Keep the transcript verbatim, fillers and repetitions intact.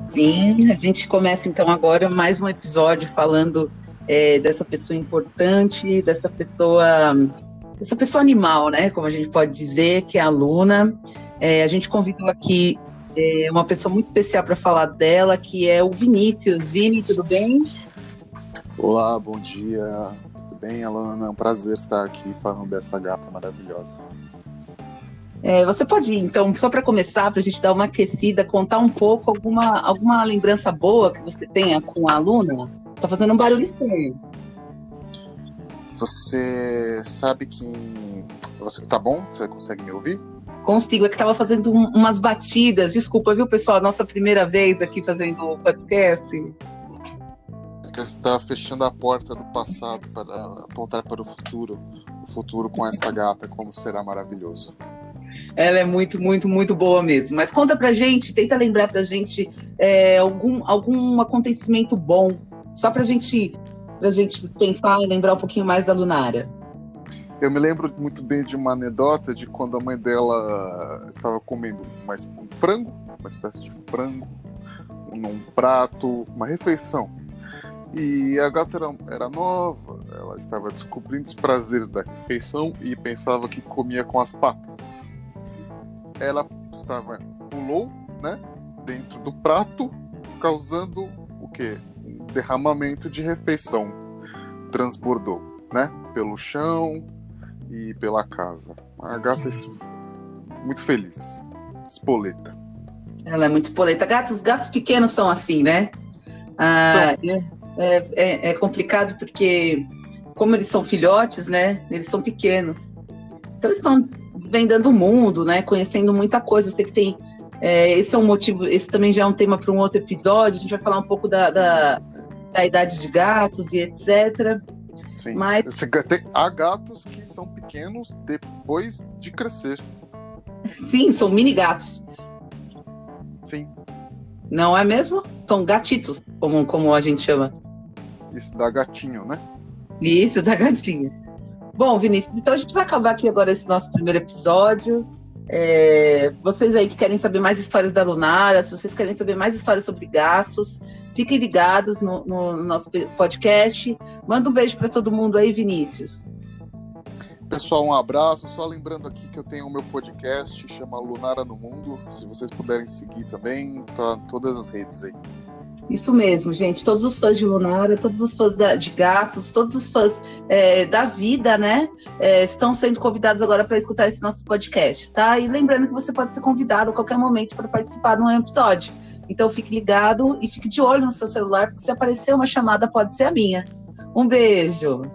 Sim, a gente começa então agora mais um episódio falando é, dessa pessoa importante, dessa pessoa, dessa pessoa animal, né? Como a gente pode dizer, que é a Luna. É, a gente convidou aqui é, uma pessoa muito especial para falar dela, que é o Vinícius. Vini, tudo bem? Olá, bom dia. Tudo bem, Alana? É um prazer estar aqui falando dessa gata maravilhosa. É, você pode, então, só para começar, para a gente dar uma aquecida, contar um pouco alguma, alguma lembrança boa que você tenha com a Luna? Tá fazendo um barulho estranho. Você sabe que... Você... Tá bom? Você consegue me ouvir? Consigo, é que estava fazendo um, umas batidas. Desculpa, viu, pessoal? Nossa primeira vez aqui fazendo o podcast. É que eu estava fechando a porta do passado para apontar para o futuro. O futuro com esta gata, como será maravilhoso. Ela é muito, muito, muito boa mesmo. Mas conta pra gente, tenta lembrar pra gente é, algum, algum acontecimento bom, só pra gente, pra gente pensar e lembrar um pouquinho mais da Lunara. Eu me lembro muito bem de uma anedota de quando a mãe dela estava comendo mais um frango, uma espécie de frango, num prato, uma refeição. E a gata era, era nova, ela estava descobrindo os prazeres da refeição e pensava que comia com as patas. Ela estava, pulou, né, dentro do prato, causando o quê? Um derramamento de refeição. Transbordou, né, pelo chão e pela casa. A gata é muito feliz, espoleta. Ela é muito espoleta. Gatos, gatos pequenos são assim, né? Ah, é, é, é complicado porque, como eles são filhotes, né, eles são pequenos. Então eles estão vendando o mundo, né? Conhecendo muita coisa. Eu sei que tem. É, esse é um motivo. Esse também já é um tema para um outro episódio. A gente vai falar um pouco da, da, da idade de gatos e etcétera. Sim. Mas Tem, há gatos que são pequenos depois de crescer. sim, são mini gatos. Sim. Não é mesmo? São gatitos, como, como a gente chama. Isso dá gatinho, né? Isso, da gatinha. Bom, Vinícius, então a gente vai acabar aqui agora esse nosso primeiro episódio. É, vocês aí que querem saber mais histórias da Lunara, se vocês querem saber mais histórias sobre gatos, fiquem ligados no, no, no nosso podcast. Manda um beijo para todo mundo aí, Vinícius. Pessoal, um abraço. Só lembrando aqui que eu tenho o meu podcast, chama Lunara no Mundo. Se vocês puderem seguir também, tá em todas as redes aí. Isso mesmo, gente. Todos os fãs de Lunara, todos os fãs da, de gatos, todos os fãs é, da vida, né? É, estão sendo convidados agora para escutar esse nosso podcast, tá? E lembrando que você pode ser convidado a qualquer momento para participar de um episódio. Então fique ligado e fique de olho no seu celular, porque se aparecer uma chamada, pode ser a minha. Um beijo!